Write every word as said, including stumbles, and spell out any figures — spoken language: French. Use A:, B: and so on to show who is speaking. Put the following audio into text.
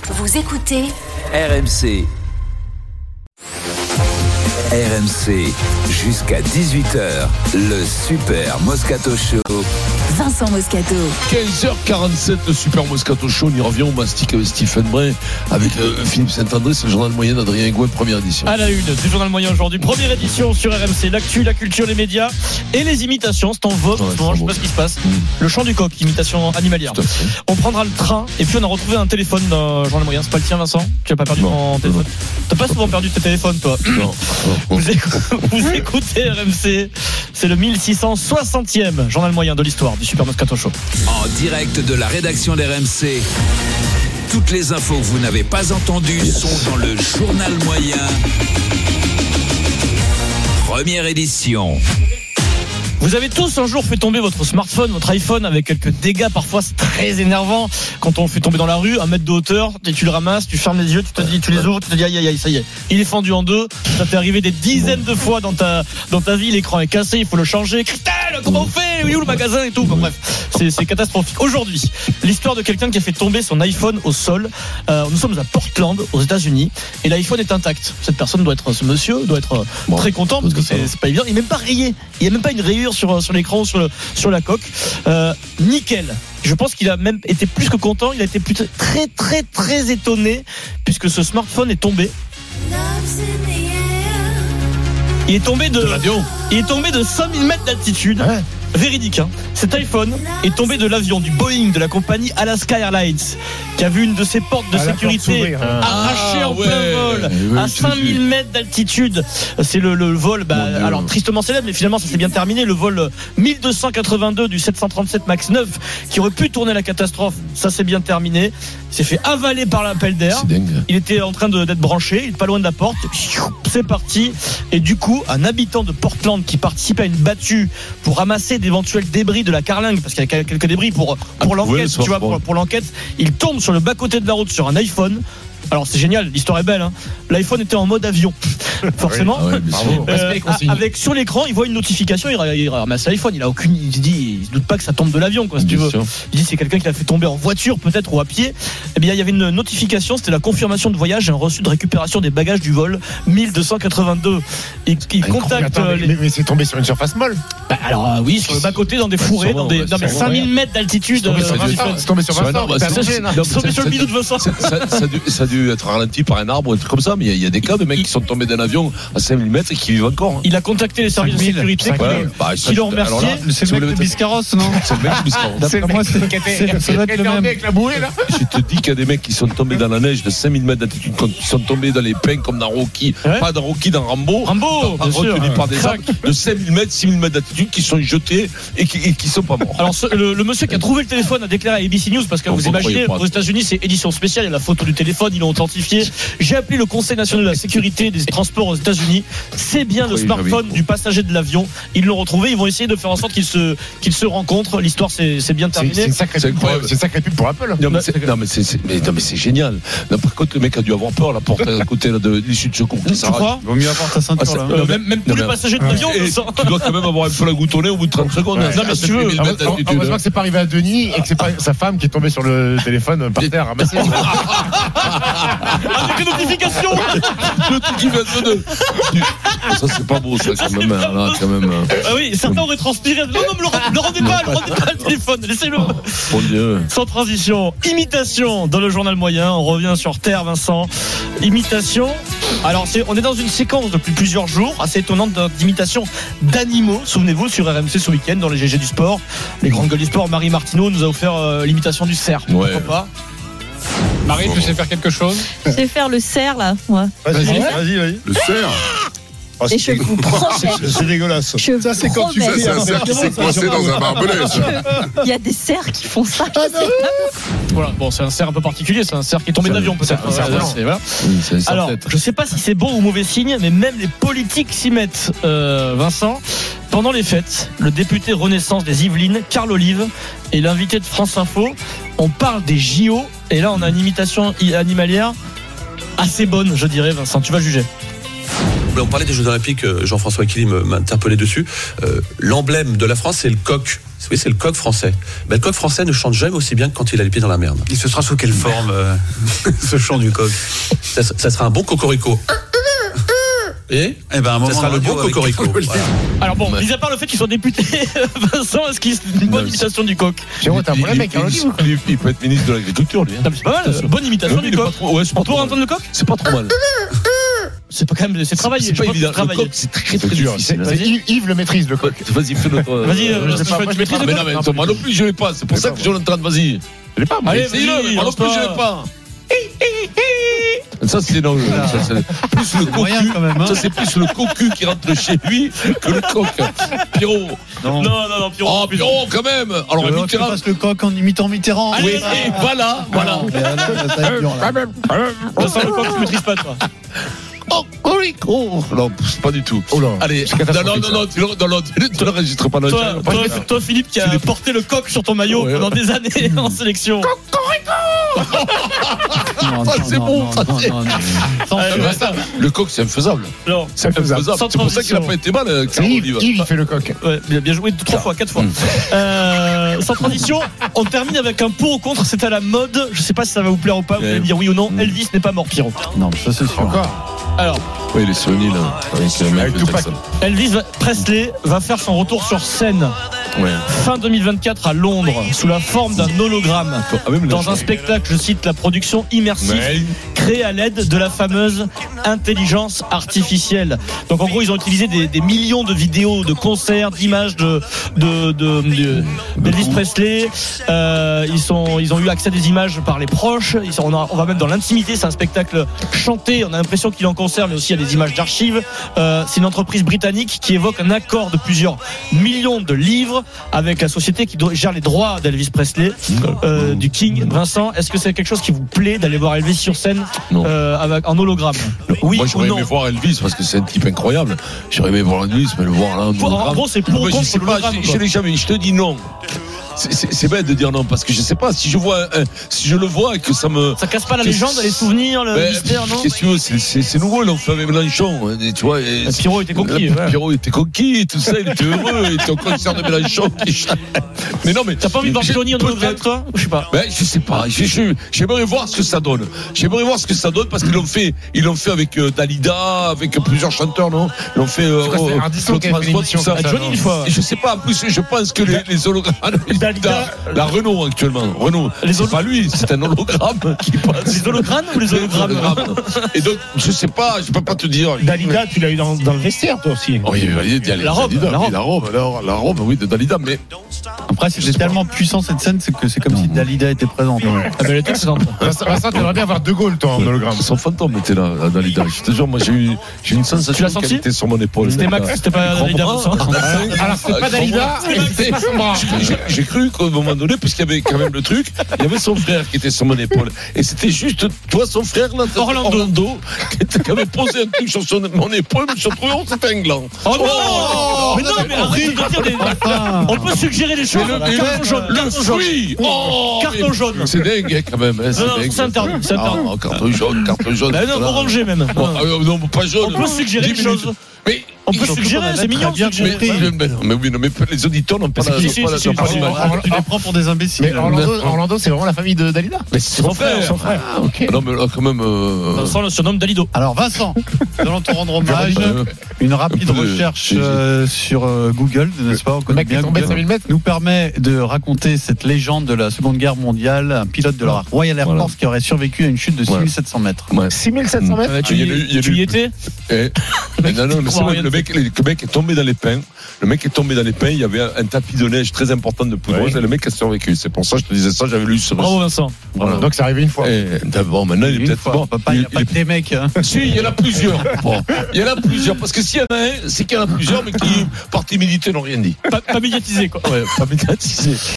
A: Vous écoutez
B: R M C. R M C, jusqu'à dix-huit heures, le Super Moscato Show.
A: Vincent Moscato.
C: quinze heures quarante-sept, le Super Moscato Show. On y revient, on mastique avec Stephen Bray, avec euh, Philippe Saint-André. C'est le journal moyen d'Adrien Gouin, première édition.
D: À la une du journal moyen aujourd'hui, première édition sur R M C. L'actu, la culture, les médias et les imitations. C'est en vogue.
C: Ouais,
D: bon, je sais pas ce qui se passe.
C: Mmh.
D: Le chant du coq, imitation animalière. On prendra le train et puis on a retrouvé un téléphone dans le journal moyen. C'est pas le tien, Vincent? Tu as pas perdu
C: non,
D: ton téléphone?
C: non.
D: T'as pas souvent perdu tes téléphones, toi?
C: Non, non, non.
D: Vous, écoutez, vous écoutez R M C. C'est le mille six cent soixantième journal moyen de l'histoire du Super Moscato Show.
B: En direct de la rédaction d'R M C. Toutes les infos que vous n'avez pas entendues sont dans le journal moyen. Première édition.
D: Vous avez tous un jour fait tomber votre smartphone, votre iPhone avec quelques dégâts. Parfois c'est très énervant quand on le fait tomber dans la rue, un mètre de hauteur, et tu le ramasses, tu fermes les yeux, tu te dis, tu les ouvres, tu te dis aïe aïe aïe, ça y est, il est fendu en deux. Ça t'est arrivé des dizaines de fois dans ta dans ta vie. L'écran est cassé, il faut le changer. Christelle, comment on fait? Oui, où le magasin et tout. Bon, bref, c'est, c'est catastrophique. Aujourd'hui, l'histoire de quelqu'un qui a fait tomber son iPhone au sol. Euh, nous sommes à Portland, aux États-Unis, et l'iPhone est intact. Cette personne doit être, ce monsieur doit être bon, très content parce que c'est, c'est pas évident. Il n'est même pas rayé. Il n'y a même pas une rayure sur sur l'écran, sur le, sur la coque. Euh, nickel. Je pense qu'il a même été plus que content. Il a été plus très très très étonné puisque ce smartphone est tombé. Il est tombé de, de l'avion. Il est tombé de cinq mille mètres d'altitude. Ouais. Véridique, hein. Cet iPhone est tombé de l'avion du Boeing de la compagnie Alaska Airlines, qui a vu une de ses portes de ah, sécurité arrachée ah, en ouais. plein vol oui, à cinq mille mètres d'altitude. C'est le, le vol, bah, alors tristement célèbre, mais finalement ça s'est bien terminé. Le vol mille deux cent quatre-vingt-deux du sept cent trente-sept Max neuf, qui aurait pu tourner la catastrophe, ça s'est bien terminé. Il s'est fait avaler par l'appel d'air. Il était en train de, d'être branché, il est pas loin de la porte. C'est parti. Et du coup, un habitant de Portland qui participait à une battue pour ramasser d'éventuels débris de la carlingue, parce qu'il y a quelques débris pour, pour ah, l'enquête, tu vois, pour, pour l'enquête, il tombe sur le bas-côté de la route sur un iPhone. Alors c'est génial, l'histoire est belle, hein. L'iPhone était en mode avion, forcément. Ah oui, euh, avec sur l'écran, il voit une notification, il, il ramasse l'iPhone, il a aucune, il se dit, il se doute pas que ça tombe de l'avion, quoi, si tu veux. Il dit c'est quelqu'un qui l'a fait tomber en voiture, peut-être, ou à pied. Eh bien, il y avait une notification, c'était la confirmation de voyage et un reçu de récupération des bagages du vol mille deux cent quatre-vingt-deux. Et il contacte.
E: Attends, les... mais, mais c'est tombé sur une surface molle.
D: Bah, alors euh, oui, sur le bas côté, dans des fourrés, dans des, non mais cinq mille mètres d'altitude.
E: C'est tombé sur Vincent.
D: C'est tombé sur le bidou de Vincent.
C: Ça a dû être ralenti par un arbre, un truc comme ça, mais il y, y a des cas de mecs qui sont tombés d'un avion à cinq mille mètres et qui vivent encore. Hein.
D: Il a contacté les services de sécurité
C: ouais, bah,
D: qui l'ont remercié.
F: C'est le mec de Biscarros, non?
C: C'est le mec de Biscarros.
F: D'après moi, c'est le même.
E: Avec la bouée, là.
C: Je te dis qu'il y a des mecs qui sont tombés dans la neige de cinq mille mètres d'altitude, qui sont tombés dans les pins comme dans Rocky, ouais. Pas dans Rocky, dans Rambo.
D: Rambo, bien sûr.
C: Retenus par des arbres de cinq mille mètres, six mille mètres d'altitude qui sont jetés et qui, et qui sont pas morts.
D: Alors, ce, le, le monsieur qui a trouvé le téléphone a déclaré à A B C News, parce que vous imaginez, aux États-Unis, c'est édition spéciale, il y a la photo du téléphone, ils l'ont authentifié. J'ai appelé le Conseil national de la sécurité des transports aux États-Unis. C'est bien le smartphone du passager de l'avion. Ils l'ont retrouvé. Ils vont essayer de faire en sorte qu'ils se, qu'ils se rencontrent. L'histoire, c'est, c'est bien terminé.
E: C'est, c'est, c'est, c'est une sacrée pub pour Apple.
C: Non, mais c'est, non, mais c'est, c'est, mais, non, mais c'est génial. Non, par contre, le mec a dû avoir peur, la porte à côté là, de l'issue de secours.
D: Tu crois?
F: Il vaut mieux avoir ta ceinture
D: ah, là. Euh, même même tous les passagers de l'avion.
C: Tu dois quand même avoir un peu la goutte au nez au bout de trente secondes.
D: Non, mais si tu veux.
E: Heureusement que c'est pas arrivé à Denis et que c'est pas sa femme qui est tombée sur le téléphone par terre ramassé.
D: Avec une notification.
C: Ça c'est pas beau ça quand même, là, quand même.
D: Ah oui, certains auraient transpiré. Non non, le, le rendez pas, le rendez pas le téléphone, laissez-le.
C: Mon Dieu.
D: Sans transition, imitation dans le journal moyen. On revient sur terre, Vincent. Imitation. Alors c'est, on est dans une séquence depuis plusieurs jours assez étonnante d'imitation d'animaux. Souvenez-vous sur R M C ce week-end dans les G G du sport, les grandes gueules du sport. Marie Martineau nous a offert euh, l'imitation du cerf.
C: Ouais.
D: Pourquoi pas?
F: Marie, tu sais faire quelque chose?
G: Je sais faire le cerf là, moi.
E: Vas-y, vas-y, vas-y, vas-y.
C: Le cerf.
G: Oh, et je vous promets.
E: C'est dégueulasse.
G: Je
E: ça, c'est quand tu fais
H: c'est un cerf qui s'est coincé dans un barbelé.
G: Il y a des cerfs qui font ça.
D: Ah, voilà, bon, c'est un cerf un peu particulier. C'est un cerf qui est tombé d'avion, peut-être.
E: C'est un cerf,
D: c'est, voilà.
C: Oui, c'est un cerf.
D: Alors, je sais pas si c'est bon ou mauvais signe, mais même les politiques s'y mettent, euh, Vincent. Pendant les fêtes, le député Renaissance des Yvelines, Carl Olive, et l'invité de France Info, on parle des J O. Et là, on a une imitation animalière assez bonne, je dirais, Vincent. Tu vas juger.
I: On parlait des Jeux Olympiques, Jean-François Killy m'a interpellé dessus. Euh, l'emblème de la France, c'est le coq. Oui, c'est le coq français. Ben, le coq français ne chante jamais aussi bien que quand il a les pieds dans la merde.
J: Il se sera sous quelle forme, euh, ce chant du coq?
I: Ça, ça sera un bon cocorico. Et
J: eh ben, un moment
I: ça sera le bon cocorico. Voilà.
D: Alors bon, mis à part le fait qu'ils soient députés, Vincent, est-ce qu'il y a une bonne imitation du coq?
E: Jérôme, t'as un problème avec Carlo Di ou quoi?
C: Il il peut être ministre de l'Agriculture, lui. hein.
D: Non, mais c'est pas mal, bonne imitation du
C: Il est pas
D: coq.
C: trop- ouais, c'est pas
D: On peut
C: trop
D: entendre le coq?
C: C'est pas trop mal.
D: C'est pas quand même, c'est travaillé.
C: C'est
D: je
C: pas
D: pense que
C: évident.
D: c'est
C: Le
D: travaillé.
C: coq, c'est très très
E: dur.
C: difficile.
E: C'est- Yves, Yves le maîtrise, le coq.
C: Vas-y, fais notre.
D: Vas-y, euh,
E: je sais pas,
D: tu
E: moi, je
D: maîtrises
E: sais
D: le
C: Mais
D: coq?
C: non, mais attends, moi non plus, je l'ai pas. C'est pour ça que je l'entends. Vas-y.
E: Je l'ai pas, moi.
D: Allez,
C: Essayez-le,
D: vas-y,
C: mais moi non plus, je
D: lance-toi.
C: l'ai pas. Ça, c'est non. Ça, c'est plus le
F: moyen,
C: cocu.
F: quand même, hein.
C: Ça, c'est plus le cocu qui rentre chez lui que le coq. Pierrot.
D: Non, non, non, Pierrot.
C: Oh, Pierrot, quand même. Alors,
F: Euh, tu
C: Mitterrand.
F: passes le coq en imitant Mitterrand.
C: Oui, et voilà, voilà.
F: Mais là, ça va être dur, là.
D: Vincent, le coq, tu maîtrises pas, toi.
C: Oh, Corico. Non, c'est pas du tout.
E: Oh là.
C: Allez,
E: C'est
C: non,
E: catastrophique,
C: non, non, non, tu le- non, non, tu ne l'enregistres pas. non,
D: Toi,
C: tu-
D: toi,
C: pas-
D: toi, Philippe, qui a porté le coq sur ton maillot
C: Ouais.
D: pendant des années en sélection.
F: Non,
C: Ça,
F: non,
C: c'est
F: non,
C: bon,
F: non,
C: ça,
F: non,
C: c'est-
F: non, non. Sans
D: Allez,
F: faire
C: Ouais, ça, le coq, c'est infaisable.
D: Non.
C: C'est
E: faisable.
C: infaisable.
D: Sans
C: C'est pour ça qu'il n'a
D: transition.
C: pas été mal, euh,
E: C'est
C: Carlo
E: Yves,
C: Oliva.
E: Yves, il fait le coq.
D: Ouais, bien, bien joué, trois fois, quatre fois. Euh, sans transition, on termine avec un pour ou contre. C'est à la mode. Je sais pas si ça va vous plaire ou pas. Vous allez me dire oui ou non. Elvis n'est pas mort, Pierrot.
F: Non, ça c'est sûr.
E: Encore.
D: Alors,
C: Oui, il est sur une île. hein, Avec, euh,
E: Avec
C: Michael
E: Tupac.
C: Jackson.
D: Elvis Presley va faire son retour sur scène
C: Ouais.
D: fin deux mille vingt-quatre à Londres sous la forme d'un hologramme.
C: Ah, même
D: Dans
C: le-
D: un spectacle, je cite, la production immersive
C: Ouais.
D: créée à l'aide de la fameuse intelligence artificielle. Donc en gros, ils ont utilisé des, des millions de vidéos, de concerts, d'images de, de, de, de- d'Elvis Presley. Euh, ils, sont, ils ont eu accès à des images par les proches. Ils sont, on, a- on va même dans l'intimité. C'est un spectacle chanté. On a l'impression qu'il est en concert, mais aussi il y a des images d'archives. Euh, c'est une entreprise britannique qui évoque un accord de plusieurs millions de livres avec la société qui doit- gère les droits d'Elvis Presley, euh, du King. Vincent, est-ce que c'est quelque chose qui vous plaît d'aller voir Elvis sur scène
C: Non.
D: euh, avec, en hologramme? Oui
C: Moi,
D: ou
C: j'aurais
D: non?
C: aimé voir Elvis parce que c'est un type incroyable. J'aurais aimé voir Elvis, mais le voir là. en
D: Pour- en
C: hologramme.
D: gros, c'est pour ou
C: Moi, je
D: contre
C: sais pas,
D: l'hologramme,
C: je-
D: quoi.
C: je l'ai jamais. Je te dis non. C'est- C'est c'est bête de dire non parce que je sais pas si je vois, un- si je le vois et que ça me.
D: Ça casse pas la
C: Qu'est-ce-
D: légende, les souvenirs, le
C: Ben,
D: mystère, non?
C: Qu'est-ce que tu veux, c'est- c'est c'est nouveau, ils l'ont fait avec Mélenchon, hein, tu vois. et-
D: Pierrot était conquis,
C: Là,
D: ouais.
C: Pierrot était conquis, et tout ça, il était heureux, il était au concert de Mélenchon. qui chante. Mais non, mais
D: T'as pas envie de voir
C: j'ai-
D: Johnny en hologramme,
C: peut-être-
D: toi? Je sais pas.
C: Ben, je sais pas. Je- je- J'aimerais voir ce que ça donne. J'aimerais voir ce que ça donne parce qu'ils l'ont fait. Ils l'ont fait avec euh, Dalida, avec plusieurs chanteurs, non Ils l'ont fait. Euh,
E: Je crois que c'est
C: au-
E: Ardisson qui a fait
C: Claude
E: l'émission
C: François,
E: comme
C: tout
E: ça,
D: Johnny
E: non
D: une fois.
C: Et je sais pas. En plus, je pense que les, les hologrammes.
D: Dalida.
C: La, la Renault actuellement. Renault.
D: Les
C: C'est
D: holo-
C: pas lui. C'est un hologramme qui passe.
D: Les hologrammes ou les hologrammes?
C: Et donc, je sais pas. Je peux pas te dire.
E: Dalida, tu l'as eu dans, dans le vestiaire, toi aussi.
C: Oui, il y a
D: La robe,
C: Dalida,
D: la
C: oui,
D: robe.
C: la robe, la, la robe, oui, de Dalida, mais
F: Après, c'était tellement puissant cette scène, c'est que c'est comme si Dalida était présente.
D: Ah ben, elle était excellente.
E: Vincent, Vincent, t'aimerais bien avoir De Gaulle, toi, en hologramme.
C: son fantôme était là, la Dalida. Je te jure, moi, j'ai eu, j'ai eu une
D: Tu
C: sensation
D: l'as
C: qu'elle
D: senti
C: était sur mon épaule.
D: C'était Max, c'était pas Dalida, Vincent.
E: Alors, c'est pas Dalida, et c'est pas son bras.
C: J'ai- J'ai cru qu'à un moment donné, puisqu'il y avait quand même le truc, il y avait son frère qui était sur mon épaule. Et c'était juste, toi, son frère, là,
D: Orlando.
C: qui, était- qui avait posé un truc sur son, mon épaule, je me suis retrouvé en cinglant.
D: Oh non! Mais non, mais arrête de dire des. On peut suggérer des choses.
C: Mais le,
D: Carton jaune,
C: le
D: carton jaune.
C: fruit oh,
D: Carton
C: mais
D: jaune.
C: C'est dingue, hein, quand même. Hein,
D: Non, non,
C: dingue.
D: c'est interdit, c'est interdit.
C: Ah, carton jaune, carton jaune.
D: Bah non,
C: voilà.
D: orangé même.
C: Bon, ah, euh, non, pas jaune.
D: On peut suggérer
C: dix
D: des choses.
C: minutes. Mais
D: On peut
F: Surtout
D: suggérer,
F: qu'on a
D: c'est mignon de
F: très bien
D: suggérer.
C: mais,
F: compris.
C: mais, non, mais oui, non, mais les auditeurs n'ont pas la
D: Si, si,
C: n'ont pas la-
D: si,
C: n'ont
D: si,
C: pas
D: si,
C: l'image.
D: si.
F: Tu les prends pour des imbéciles.
E: Mais Orlando, Orlando, c'est vraiment la famille de Dalida.
C: Mais c'est son frère.
E: Son frère.
C: Ah, ok. Non, mais là, quand même. euh,
D: Vincent le surnomme Dalido.
F: Alors Vincent, nous allons te rendre hommage.
C: euh,
F: Une rapide
C: un peu de-
F: recherche
C: j'ai-
F: euh, sur euh, Google, n'est-ce pas? On
E: Le
F: connaît
E: mec qui est
F: bien
E: tombé de
F: Google.
E: cinq mille mètres.
F: Nous permet de raconter cette légende de la Seconde Guerre mondiale, un pilote de la Royal Air
C: Voilà.
F: Force qui aurait survécu à une chute de six mille sept cents mètres.
C: ouais.
E: six mille sept cents mètres.
D: Euh, Tu
C: Ah, il y
D: y
C: a eu- il y a
D: tu
C: eu-
D: y étais?
C: Eh, mais non, non, mais c'est
D: comprends
C: vrai,
D: rien
C: le
D: de
C: mec, le mec est tombé dans les pins. Le mec est tombé dans les pins. Il y avait un, un tapis de neige très important de poudreuse
E: Ouais.
C: et le mec a survécu. C'est pour ça que je te disais ça. J'avais lu sur.
D: Bravo Vincent.
C: Voilà.
E: Donc, c'est arrivé une fois.
C: Et d'abord, maintenant, il est
F: Une
C: peut-être
F: fois,
C: bon.
F: papa, il n'y a pas
C: il-
F: que des mecs. hein.
C: Si, il y en a plusieurs. Bon, il y en a plusieurs. Parce que s'il y en a un, c'est qu'il y en a plusieurs, mais qui, partis militaires, n'ont rien dit.
D: Pas, pas médiatisé quoi.
C: Ouais, pas médiatisé.